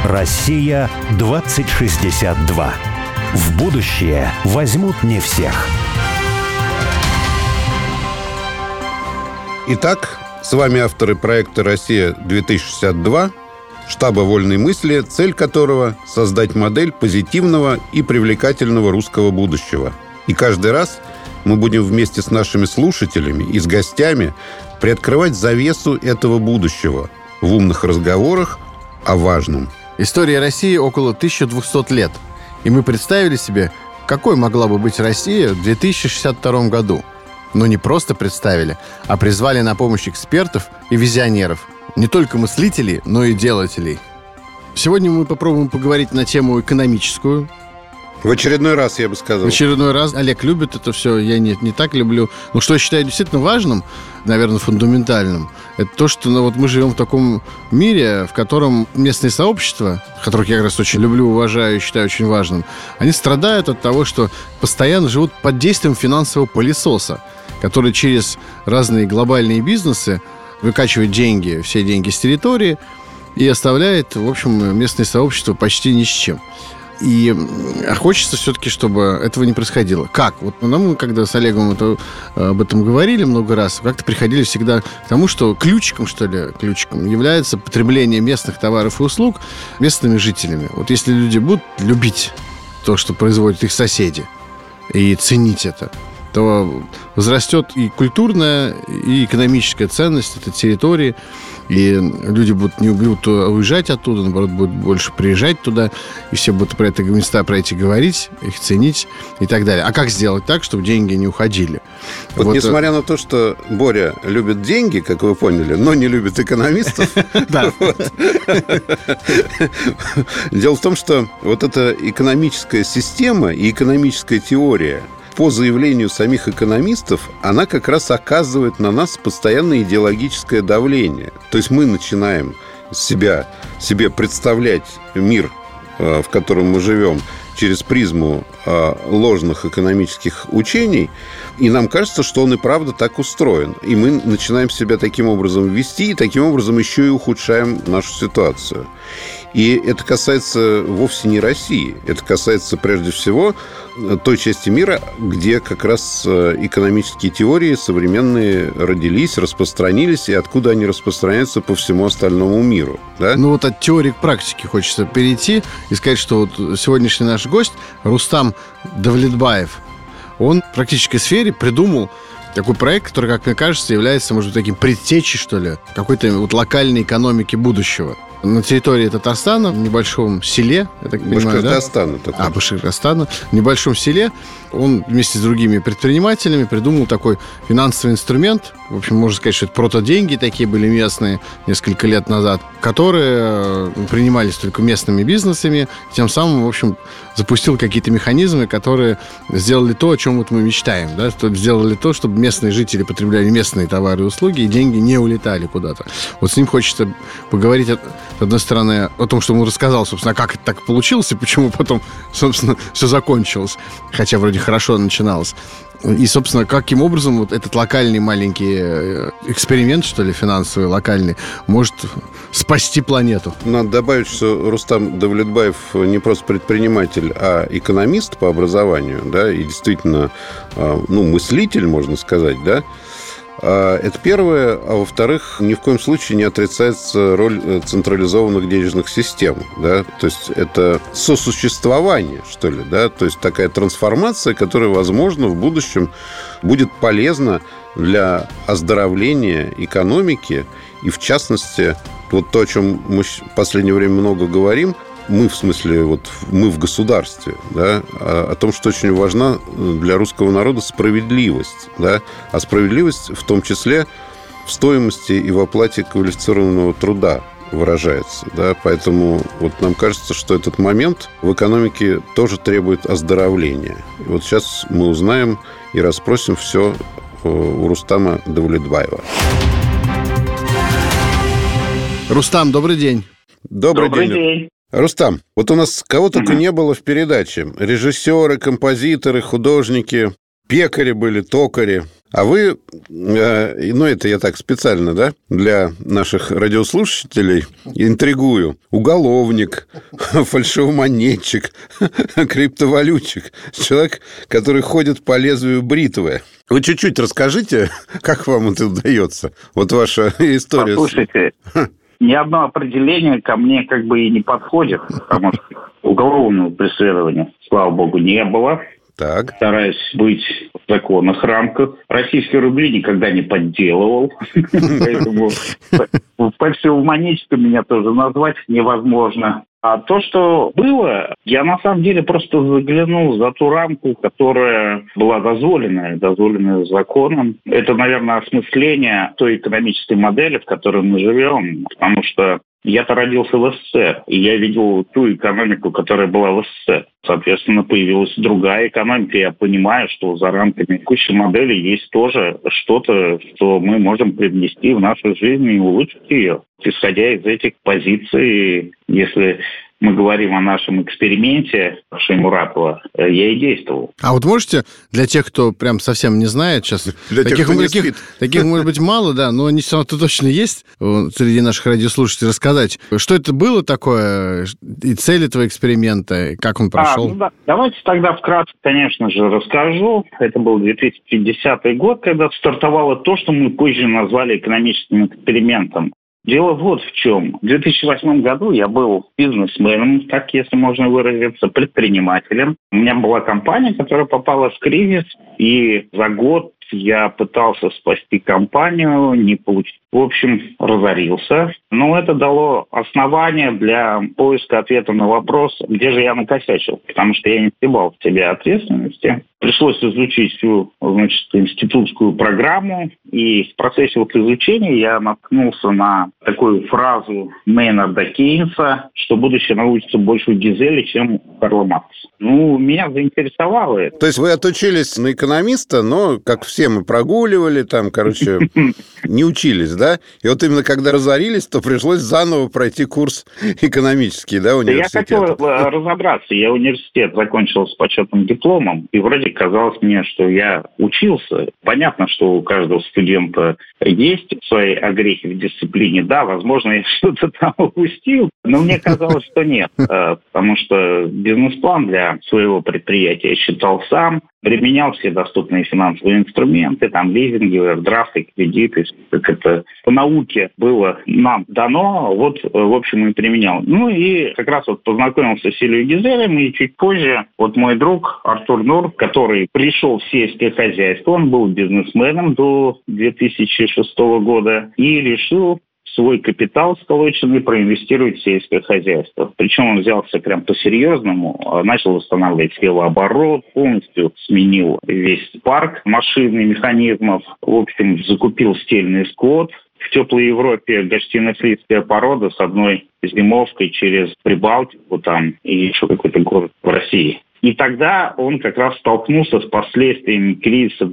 Россия 2062. В будущее возьмут не всех. Итак, с вами авторы проекта «Россия-2062», штаба «Вольной мысли», цель которого – создать модель позитивного и привлекательного русского будущего. И каждый раз мы будем вместе с нашими слушателями и с гостями приоткрывать завесу этого будущего в умных разговорах о важном. История России около 1200 лет. И мы представили себе, какой могла бы быть Россия в 2062 году. Но не просто представили, а призвали на помощь экспертов и визионеров. Не только мыслителей, но и делателей. Сегодня мы попробуем поговорить на тему экономическую. В очередной раз, я бы сказал. В очередной раз. Олег любит это все, я не так люблю. Но что я считаю действительно важным, наверное, фундаментальным, это то, что мы живем в таком мире, в котором местные сообщества, которых я как раз очень люблю, уважаю и считаю очень важным, они страдают от того, что постоянно живут под действием финансового пылесоса, который через разные глобальные бизнесы выкачивает деньги, все деньги с территории и оставляет, в общем, местные сообщества почти ни с чем. И хочется все-таки, чтобы этого не происходило. Как? Мы, когда с Олегом об этом говорили много раз, как-то приходили всегда к тому, что ключиком является потребление местных товаров и услуг местными жителями. Если люди будут любить то, что производят их соседи, и ценить это, то возрастет и культурная, и экономическая ценность этой территории, и люди не будут уезжать оттуда, наоборот, будут больше приезжать туда, и все будут про это места говорить, их ценить и так далее. А как сделать так, чтобы деньги не уходили? Несмотря на то, что Боря любит деньги, как вы поняли, но не любит экономистов. Дело в том, что эта экономическая система и экономическая теория, по заявлению самих экономистов, она как раз оказывает на нас постоянное идеологическое давление. То есть мы начинаем себе представлять мир, в котором мы живем, через призму ложных экономических учений, и нам кажется, что он и правда так устроен. И мы начинаем себя таким образом вести, и таким образом еще и ухудшаем нашу ситуацию. И это касается вовсе не России. Это касается прежде всего той части мира, где как раз экономические теории современные родились, распространились, и откуда они распространяются по всему остальному миру. Да? От теории к практике хочется перейти и сказать, что сегодняшний наш гость Рустам Давлетбаев, он в практической сфере придумал такой проект, который, как мне кажется, является, может быть, таким предтечей, что ли, какой-то локальной экономики будущего. На территории Татарстана, в небольшом селе, я так понимаю, Башкортостана, в небольшом селе он вместе с другими предпринимателями придумал такой финансовый инструмент. В общем, можно сказать, что это протоденьги такие были местные несколько лет назад, которые принимались только местными бизнесами, и тем самым, в общем, запустил какие-то механизмы, которые сделали то, о чем мы мечтаем, да? Сделали то, чтобы местные жители потребляли местные товары и услуги, и деньги не улетали куда-то. С ним хочется поговорить, с одной стороны, о том, что он рассказал, собственно, как это так получилось, и почему потом, собственно, все закончилось, хотя вроде хорошо начиналось. И, собственно, каким образом этот локальный маленький эксперимент, что ли, финансовый, локальный, может спасти планету. Надо добавить, что Рустам Давлетбаев не просто предприниматель, а экономист по образованию, да, и действительно, мыслитель, можно сказать, да. Это первое. А во-вторых, ни в коем случае не отрицается роль централизованных денежных систем. Да? То есть это сосуществование, что ли. Да? То есть такая трансформация, которая, возможно, в будущем будет полезна для оздоровления экономики. И, в частности, то, о чем мы в последнее время много говорим, мы, в смысле, мы в государстве, да, о том, что очень важна для русского народа справедливость, да, а справедливость в том числе в стоимости и в оплате квалифицированного труда выражается, да, поэтому нам кажется, что этот момент в экономике тоже требует оздоровления. И сейчас мы узнаем и расспросим все у Рустама Давлетбаева. Рустам, добрый день. Добрый день. Рустам, у нас кого только не было в передаче. Режиссеры, композиторы, художники. пекари были, токари. А вы, ну, это я так специально, да, для наших радиослушателей интригую. Уголовник, фальшивомонетчик, криптовалютчик. Человек, который ходит по лезвию бритвы. Вы чуть-чуть расскажите, как вам это удается? Вот ваша история. Послушайте, ни одно определение ко мне как бы и не подходит, потому что уголовного преследования, слава богу, не было. Так. Стараюсь быть в законных рамках. Российские рубли никогда не подделывал. Поэтому фальшивомонетчиком меня тоже назвать невозможно. А то, что было, я на самом деле просто заглянул за ту рамку, которая была дозволенная законом. Это, наверное, осмысление той экономической модели, в которой мы живем, потому что я-то родился в СССР, и я видел ту экономику, которая была в СССР. Соответственно, появилась другая экономика. Я понимаю, что за рамками текущей модели есть тоже что-то, что мы можем привнести в нашу жизнь и улучшить ее. Исходя из этих позиций, если мы говорим о нашем эксперименте Шеймуратова, я и действовал. А вот можете для тех, кто прям совсем не знает сейчас, таких может быть мало, да, но они все равно точно есть среди наших радиослушателей, рассказать, что это было такое, и цель этого эксперимента, и как он прошел? Давайте тогда вкратце, конечно же, расскажу. Это был 2010 год, когда стартовало то, что мы позже назвали экономическим экспериментом. Дело вот в чем. В 2008 году я был бизнесменом, так если можно выразиться, предпринимателем. У меня была компания, которая попала в кризис, и за год я пытался спасти компанию, не получилось. В общем, разорился. Но это дало основание для поиска ответа на вопрос, где же я накосячил. Потому что я не сгребал в себе ответственности. Пришлось изучить всю, институтскую программу. И в процессе изучения я наткнулся на такую фразу Мейнарда Кейнса, что будущее научится больше у Гизеля, чем у Карла Маркса. Меня заинтересовало это. То есть вы отучились на экономиста, но, как все мы прогуливали, не учились, да? И вот именно когда разорились, то пришлось заново пройти курс экономический, да, университета. Я хотел разобраться. Я университет закончил с почетным дипломом, и вроде казалось мне, что я учился. Понятно, что у каждого студента есть свои огрехи в дисциплине. Да, возможно, я что-то там упустил, но мне казалось, что нет. Потому что бизнес-план для своего предприятия я считал сам, применял все доступные финансовые инструменты, лизинги, овердрафты, кредиты, как это по науке было нам дано, в общем, и применял. И как раз познакомился с Ильей Гизелем, и чуть позже мой друг Артур Нур, который пришел в сельское хозяйство, он был бизнесменом до 2006 года, и решил свой капитал сколоченный проинвестировать в сельское хозяйство. Причем он взялся прям по-серьезному, начал восстанавливать севооборот, полностью сменил весь парк машин и механизмов, в общем, закупил стельный скот. В теплой Европе гольштино-фризская порода с одной зимовкой через Прибалтику и еще какой-то город в России. И тогда он как раз столкнулся с последствиями кризиса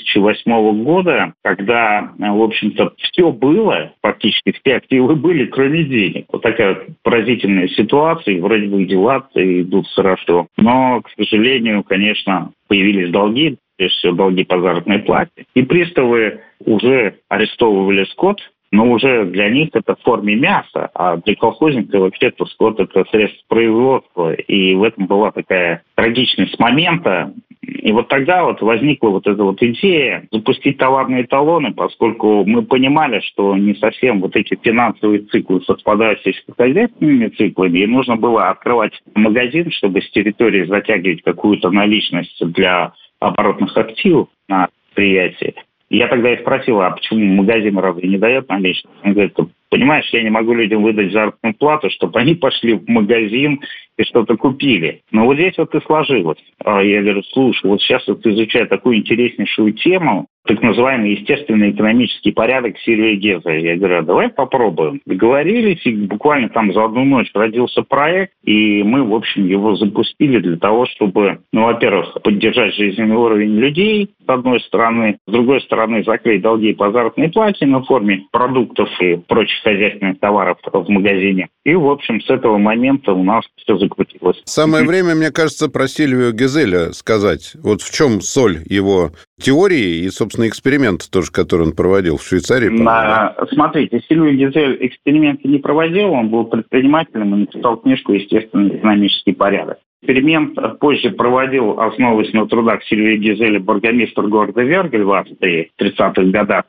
2008 года, когда, в общем-то, все было, фактически все активы были, кроме денег. Такая поразительная ситуация, и вроде бы дела идут хорошо. Но, к сожалению, конечно, появились долги, прежде всего долги по заработной плате. И приставы уже арестовывали скот, но уже для них это в форме мяса, а для колхозника вообще-то скот – это средство производства. И в этом была такая трагичность момента. И тогда возникла эта идея запустить товарные талоны, поскольку мы понимали, что не совсем эти финансовые циклы совпадают с сельскохозяйственными циклами, и нужно было открывать магазин, чтобы с территории затягивать какую-то наличность для оборотных активов на предприятии. Я тогда и спросил, а почему магазин разве не дает наличность? Он говорит, понимаешь, я не могу людям выдать заработную плату, чтобы они пошли в магазин и что-то купили. Но здесь и сложилось. Я говорю, слушай, сейчас изучаю такую интереснейшую тему, так называемый естественный экономический порядок Сильвия Геза. Я говорю, давай попробуем. Договорились, и буквально за одну ночь родился проект, и мы, в общем, его запустили для того, чтобы, во-первых, поддержать жизненный уровень людей, с одной стороны, с другой стороны, закрыть долги по заработной плате на форме продуктов и прочих сельскохозяйственных товаров в магазине. И, в общем, с этого момента у нас все закрутилось. Самое время, мне кажется, про Сильвио Гизеля сказать. Вот в чем соль его теории и, собственно, эксперимента тоже, который он проводил в Швейцарии. Смотрите, Сильвио Гизель эксперименты не проводил, он был предпринимателем и написал книжку «Естественный экономический порядок». Эксперимент позже проводил, основываясь на трудах Сильвио Гизеля, бургомистр города Вергель в Австрии в 30-х годах.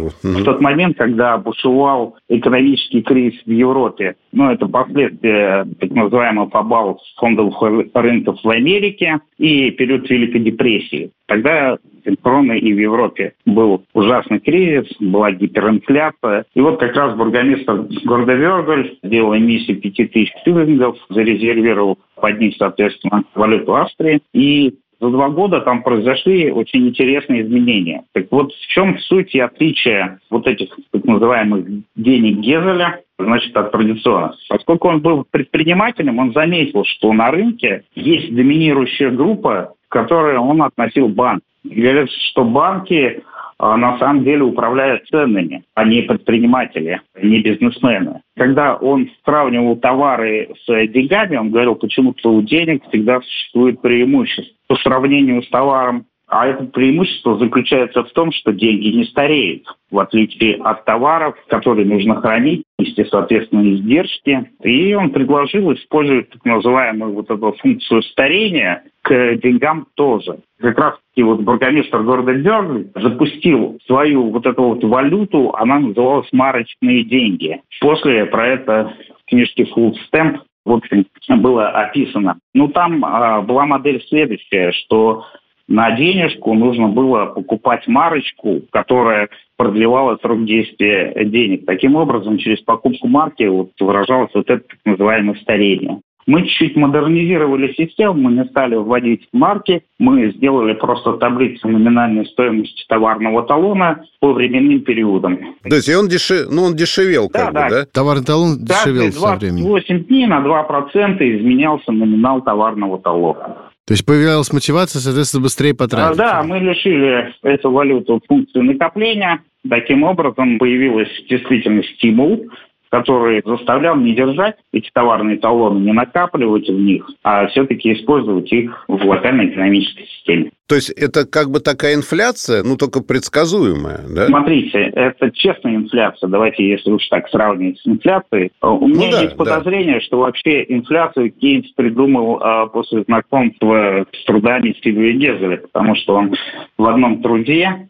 В тот момент, когда бушевал экономический кризис в Европе, это последствия так называемого обвала фондовых рынков в Америке и период Великой депрессии. Тогда синхронно и в Европе был ужасный кризис, была гиперинфляция. И вот как раз бургомистр города Вергель сделал эмиссию 5000 шиллингов, зарезервировал под них, соответственно, валюту Австрии. И за 2 года там произошли очень интересные изменения. Так вот, в чем суть и отличие вот этих так называемых денег Гизеля, значит, от традиционных? Поскольку он был предпринимателем, он заметил, что на рынке есть доминирующая группа, к которой он относил банк. Говорят, что банки на самом деле управляют ценами, а не предприниматели, не бизнесмены. Когда он сравнивал товары с деньгами, он говорил, почему-то у денег всегда существует преимущество по сравнению с товаром. А это преимущество заключается в том, что деньги не стареют, в отличие от товаров, которые нужно хранить, нести, соответственно, издержки. И он предложил использовать так называемую вот эту функцию старения к деньгам тоже. Как раз-таки вот бургомистр города Вергель запустил свою вот эту вот валюту, она называлась марочные деньги. После про это в книжке Full Stamp, в общем, было описано. Там была модель следующая, что на денежку нужно было покупать марочку, которая продлевала срок действия денег. Таким образом, через покупку марки выражалось вот это так называемое старение. Мы чуть-чуть модернизировали систему, мы не стали вводить марки, мы сделали просто таблицу номинальной стоимости товарного талона по временным периодам. То есть он дешевел да? Товарный талон дешевел со временем. 28 дней на 2% изменялся номинал товарного талона. То есть появилась мотивация, соответственно, быстрее потратить. Да, мы лишили эту валюту функции накопления. Таким образом, появился действительно стимул, который заставлял не держать эти товарные талоны, не накапливать в них, а все-таки использовать их в локальной экономической системе. То есть это как бы такая инфляция, только предсказуемая, да? Смотрите, это честная инфляция. Давайте, если уж так сравнивать с инфляцией. У меня есть подозрение, что вообще инфляцию Кейнс придумал после знакомства с трудами Сильвио Гизеля, потому что он в одном труде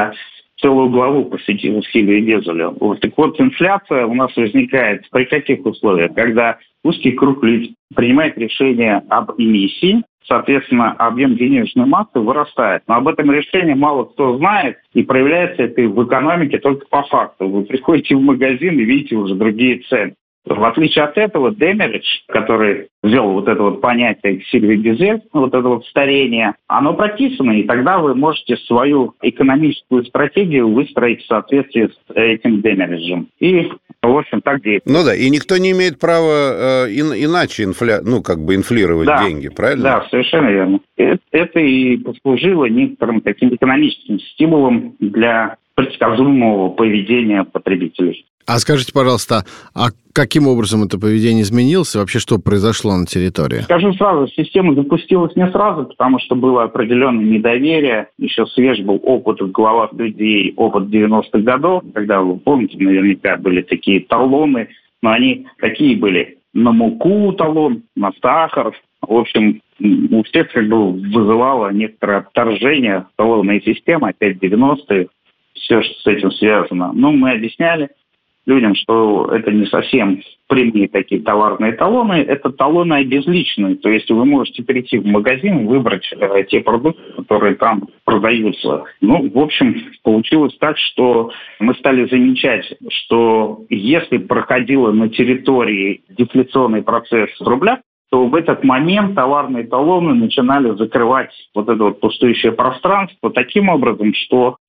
целую главу посвятил Сильвио Гизелю. Так вот, инфляция у нас возникает при каких условиях? Когда узкий круг лиц принимает решение об эмиссии, соответственно, объем денежной массы вырастает. Но об этом решении мало кто знает, и проявляется это в экономике только по факту. Вы приходите в магазин и видите уже другие цены. В отличие от этого, демеридж, который ввел вот это вот понятие Сильвио Гизель, вот это вот старение, оно прописано, и тогда вы можете свою экономическую стратегию выстроить в соответствии с этим демериджем. И, в общем, так действует. И никто не имеет права иначе инфлировать деньги, правильно? Да, совершенно верно. Это и послужило некоторым таким экономическим стимулом для предсказуемого поведения потребителей. А скажите, пожалуйста, а каким образом это поведение изменилось? Вообще, что произошло на территории? Скажу сразу, система запустилась не сразу, потому что было определенное недоверие. Еще свеж был опыт в головах людей, опыт 90-х годов, когда, вы помните, наверняка были такие талоны, но они такие были на муку талон, на сахар. В общем, у всех вызывало некоторое отторжение талонной системы, опять 90-е, все, что с этим связано. Мы объясняли людям, что это не совсем прямые такие товарные талоны, это талоны обезличенные. То есть вы можете прийти в магазин и выбрать те продукты, которые там продаются. В общем, получилось так, что мы стали замечать, что если проходило на территории дефляционный процесс в рублях, то в этот момент товарные талоны начинали закрывать вот это вот пустующее пространство таким образом, что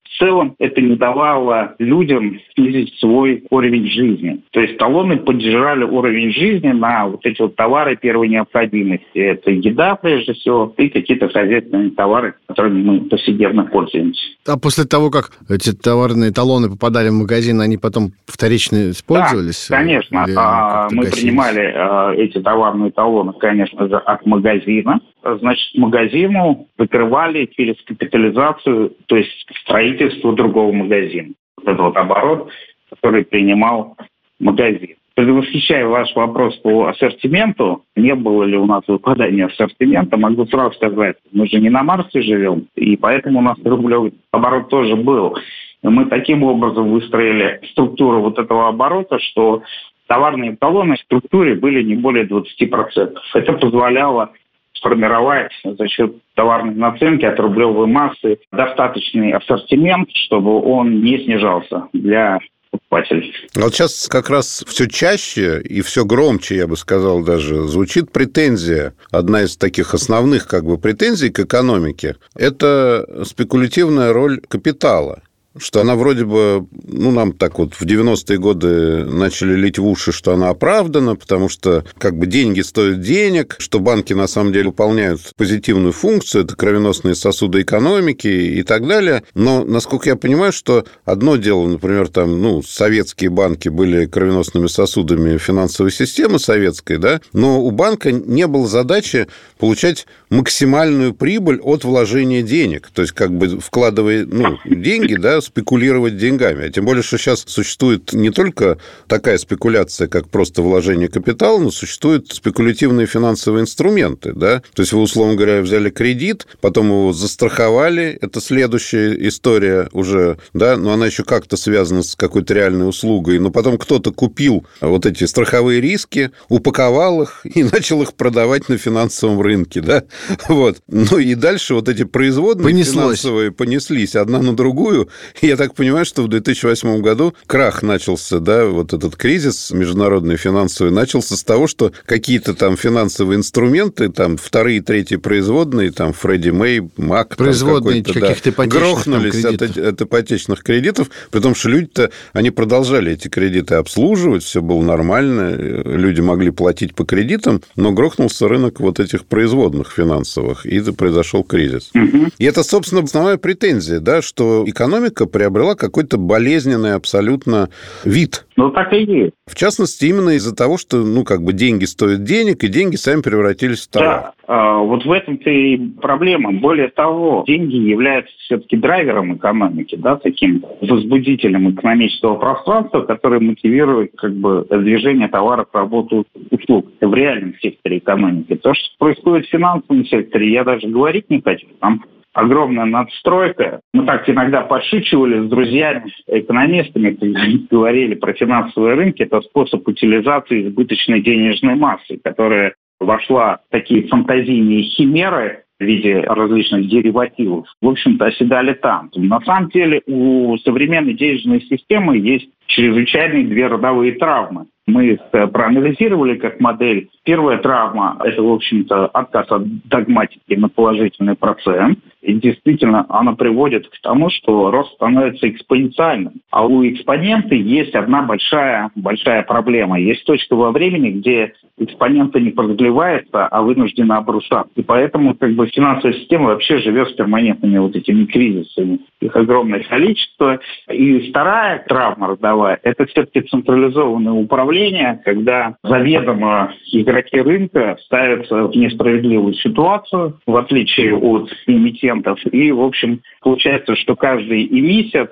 в целом это не давало людям снизить свой уровень жизни. То есть талоны поддержали уровень жизни на вот эти вот товары первой необходимости. Это еда, прежде всего, и какие-то хозяйственные товары, которыми мы повседневно пользуемся. А после того, как эти товарные талоны попадали в магазин, они потом вторично использовались? Да, конечно. Мы принимали эти товарные талоны, конечно же, от магазина. Значит, магазину закрывали через капитализацию, то есть строительство другого магазина. Вот это вот оборот, который принимал магазин. Предвосхищая ваш вопрос по ассортименту, не было ли у нас выпадания ассортимента, могу сразу сказать, мы же не на Марсе живем, и поэтому у нас рублевый оборот тоже был. И мы таким образом выстроили структуру вот этого оборота, что товарные талоны в структуре были не более 20%. Это позволяло сформировать за счет товарной наценки от рублевой массы достаточный ассортимент, чтобы он не снижался для покупателей. Вот сейчас как раз все чаще и все громче, я бы сказал даже, звучит претензия. Одна из таких основных претензий к экономике – это спекулятивная роль капитала. Что она вроде бы, нам так вот в 90-е годы начали лить в уши, что она оправдана, потому что деньги стоят денег, что банки на самом деле выполняют позитивную функцию, это кровеносные сосуды экономики и так далее. Но, насколько я понимаю, что одно дело, например, советские банки были кровеносными сосудами финансовой системы советской, да, но у банка не было задачи получать максимальную прибыль от вложения денег. То есть, вкладывая деньги, да, спекулировать деньгами. А тем более, что сейчас существует не только такая спекуляция, как просто вложение капитала, но существуют спекулятивные финансовые инструменты. Да? То есть вы, условно говоря, взяли кредит, потом его застраховали. Это следующая история уже, да, но она еще как-то связана с какой-то реальной услугой. Но потом кто-то купил вот эти страховые риски, упаковал их и начал их продавать на финансовом рынке. Да? Вот. И дальше вот эти производные финансовые понеслись одна на другую. Я так понимаю, что в 2008 году крах начался, да, вот этот кризис международный финансовый начался с того, что какие-то там финансовые инструменты, там вторые, третьи производные, там Фредди Мэй, Мак, производные каких-то грохнулись от ипотечных кредитов, при том, что люди-то, они продолжали эти кредиты обслуживать, все было нормально, люди могли платить по кредитам, но грохнулся рынок вот этих производных финансовых, и произошел кризис. И это, собственно, основная претензия, да, что экономика приобрела какой-то болезненный абсолютно вид. Так и есть. В частности, именно из-за того, что, деньги стоят денег, и деньги сами превратились в товар. Да, вот в этом-то и проблема. Более того, деньги являются все-таки драйвером экономики, да, таким возбудителем экономического пространства, который мотивирует движение товаров, работу, услуг в реальном секторе экономики. То, что происходит в финансовом секторе, я даже говорить не хочу. Там огромная надстройка. Мы так иногда подшучивали с друзьями, экономистами, когда говорили про финансовые рынки. Это способ утилизации избыточной денежной массы, которая вошла в такие фантазийные химеры в виде различных деривативов. В общем-то, оседали там. На самом деле у современной денежной системы есть чрезвычайные две родовые травмы. Мы их проанализировали как модель. Первая травма – это, в общем-то, отказ от догматики на положительный процент. И действительно, она приводит к тому, что рост становится экспоненциальным. А у экспонента есть одна большая проблема. Есть точка во времени, где экспонента не продлевается, а вынуждена обрушаться. И поэтому финансовая система вообще живет с перманентными вот этими кризисами. Их огромное количество. И вторая травма родовая – это все-таки централизованное управление, когда заведомо игроки рынка ставятся в несправедливую ситуацию, в отличие от эмитентов. И, в общем, получается, что каждая эмиссия,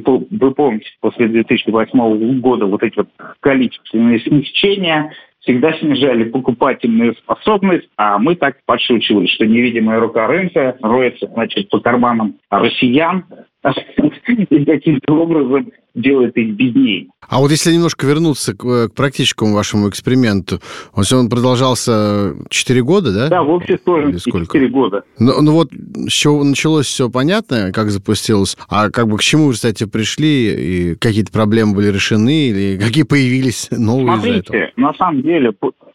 вы помните, после 2008 года вот эти количественные смягчения всегда снижали покупательную способность, а мы так подшучивали, что невидимая рука рынка роется, по карманам россиян и каким-то образом делает их беднее. А вот если немножко вернуться к практическому вашему эксперименту, он продолжался 4 года, да? Да, в общей сложности 4 года. Ну вот с чего началось все понятно, как запустилось, а к чему вы, кстати, пришли, и какие-то проблемы были решены, или какие появились новые из-за этого? Смотрите, на самом деле,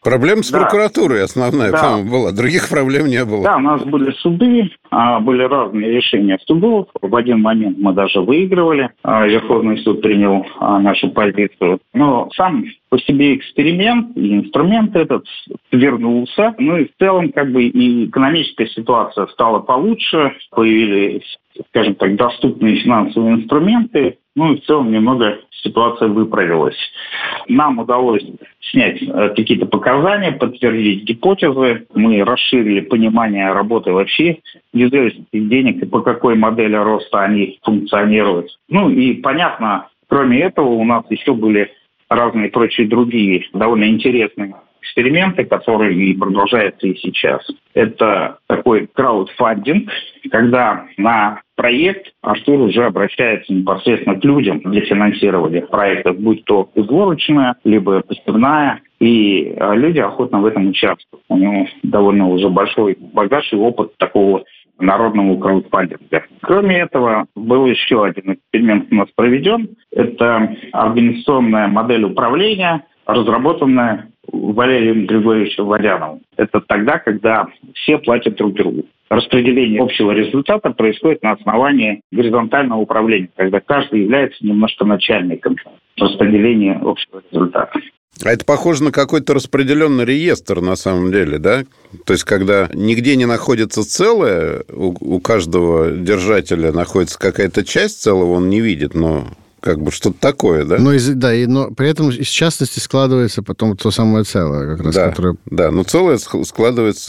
Проблема с прокуратурой основная, по-моему, была. Других проблем не было. Да, у нас были суды, были разные решения судов. В один момент мы даже выигрывали. Верховный суд принял нашу позицию. Но сам по себе эксперимент и инструмент этот вернулся. Ну и в целом и экономическая ситуация стала получше. Появились, скажем так, доступные финансовые инструменты. Ну и в целом немного ситуация выправилась. Нам удалось снять какие-то показания, подтвердить гипотезы. Мы расширили понимание работы вообще независимых денег и по какой модели роста они функционируют. Ну и понятно, кроме этого у нас еще были разные прочие другие довольно интересные эксперименты, которые и продолжаются и сейчас. Это такой краудфандинг, когда на проект Артур уже обращается непосредственно к людям для финансирования проектов, будь то сборочная, либо посевная, и люди охотно в этом участвуют. У него довольно уже большой багаж и опыт такого народного краудфандинга. Кроме этого, был еще один эксперимент у нас проведен. Это организационная модель управления, разработанная Валерием Григорьевичем Водяновым. Это тогда, когда все платят друг другу. Распределение общего результата происходит на основании горизонтального управления, когда каждый является немножко начальником распределения общего результата. А это похоже на какой-то распределенный реестр на самом деле, да? То есть, когда нигде не находится целое, у каждого держателя находится какая-то часть целого, он не видит, но что-то такое, да? Но при этом из частности складывается потом то самое целое, как раз, которое... Да, но целое складывается,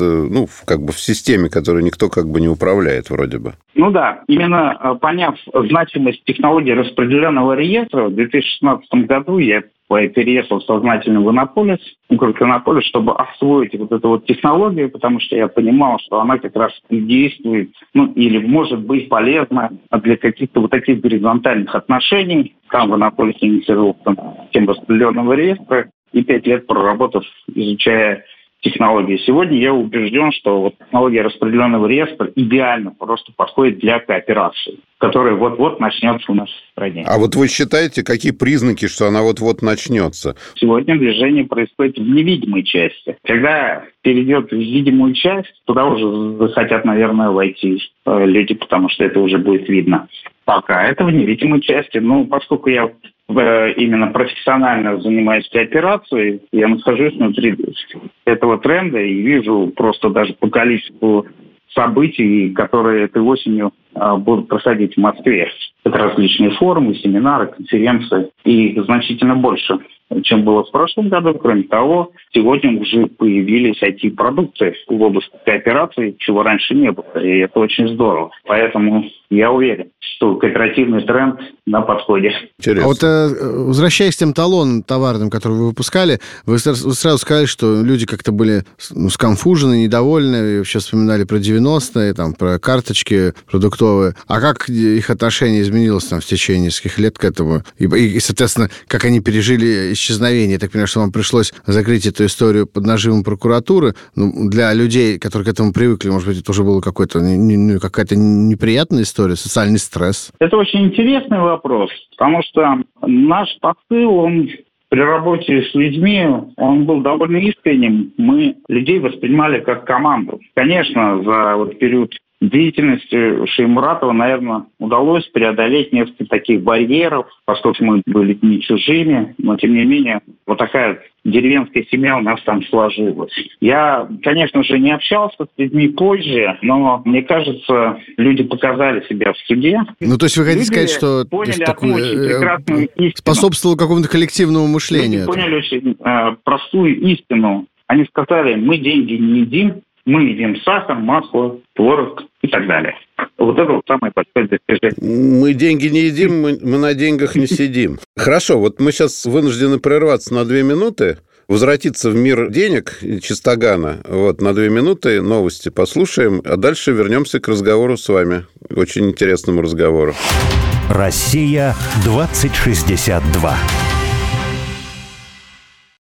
в системе, которую никто не управляет вроде бы. Ну да, именно поняв значимость технологии распределенного реестра, в 2016 году я переехал сознательно в Иннополис, город Иннополис, чтобы освоить эту технологию, потому что я понимал, что она как раз и действует, или может быть полезна для каких-то таких горизонтальных отношений. Там в Иннополисе инициировал тему распределенного реестра и 5 лет проработав, изучая технологии. Сегодня я убежден, что технология распределенного реестра идеально просто подходит для кооперации, которая вот-вот начнется у нас в стране. А вы считаете, какие признаки, что она вот-вот начнется? Сегодня движение происходит в невидимой части. Когда перейдет в видимую часть, туда уже захотят, наверное, войти люди, потому что это уже будет видно. Пока это в невидимой части. Поскольку я именно профессионально занимаюсь кооперацией, я нахожусь внутри этого тренда и вижу просто даже по количеству событий, которые этой осенью будут проходить в Москве. Это различные форумы, семинары, конференции. И их значительно больше, чем было в прошлом году. Кроме того, сегодня уже появились IT-продукты в области кооперации, чего раньше не было. И это очень здорово. Поэтому я уверен, что кооперативный тренд на подходе. Интересно. А возвращаясь к тем талонам товарным, которые вы выпускали, вы сразу сказали, что люди как-то были сконфужены, недовольны, и вообще вспоминали про 90-е, про карточки продуктовые. А как их отношение изменилось в течение нескольких лет к этому? И, соответственно, как они пережили исчезновение? Я так понимаю, что вам пришлось закрыть эту историю под нажимом прокуратуры. Для людей, которые к этому привыкли, может быть, это уже было какая-то неприятная история, социальный стресс? Это очень интересный вопрос, потому что наш посыл, он при работе с людьми, он был довольно искренним. Мы людей воспринимали как команду. Конечно, за период деятельности Шеймуратова, наверное, удалось преодолеть несколько таких барьеров, поскольку мы были не чужими, но, тем не менее, такая деревенская семья у нас там сложилась. Я, конечно же, не общался с людьми позже, но, мне кажется, люди показали себя в суде. То есть вы хотите сказать, что способствовало какому-то коллективному мышлению? Люди поняли очень простую истину. Они сказали, мы деньги не едим, мы едим сахар, масло, творог и так далее. Это самое большое достижение. Мы деньги не едим, мы на деньгах не сидим. Хорошо, мы сейчас вынуждены прерваться на 2 минуты, возвратиться в мир денег Чистогана. На 2 минуты новости послушаем, а дальше вернемся к разговору с вами. Очень интересному разговору. Россия 2062.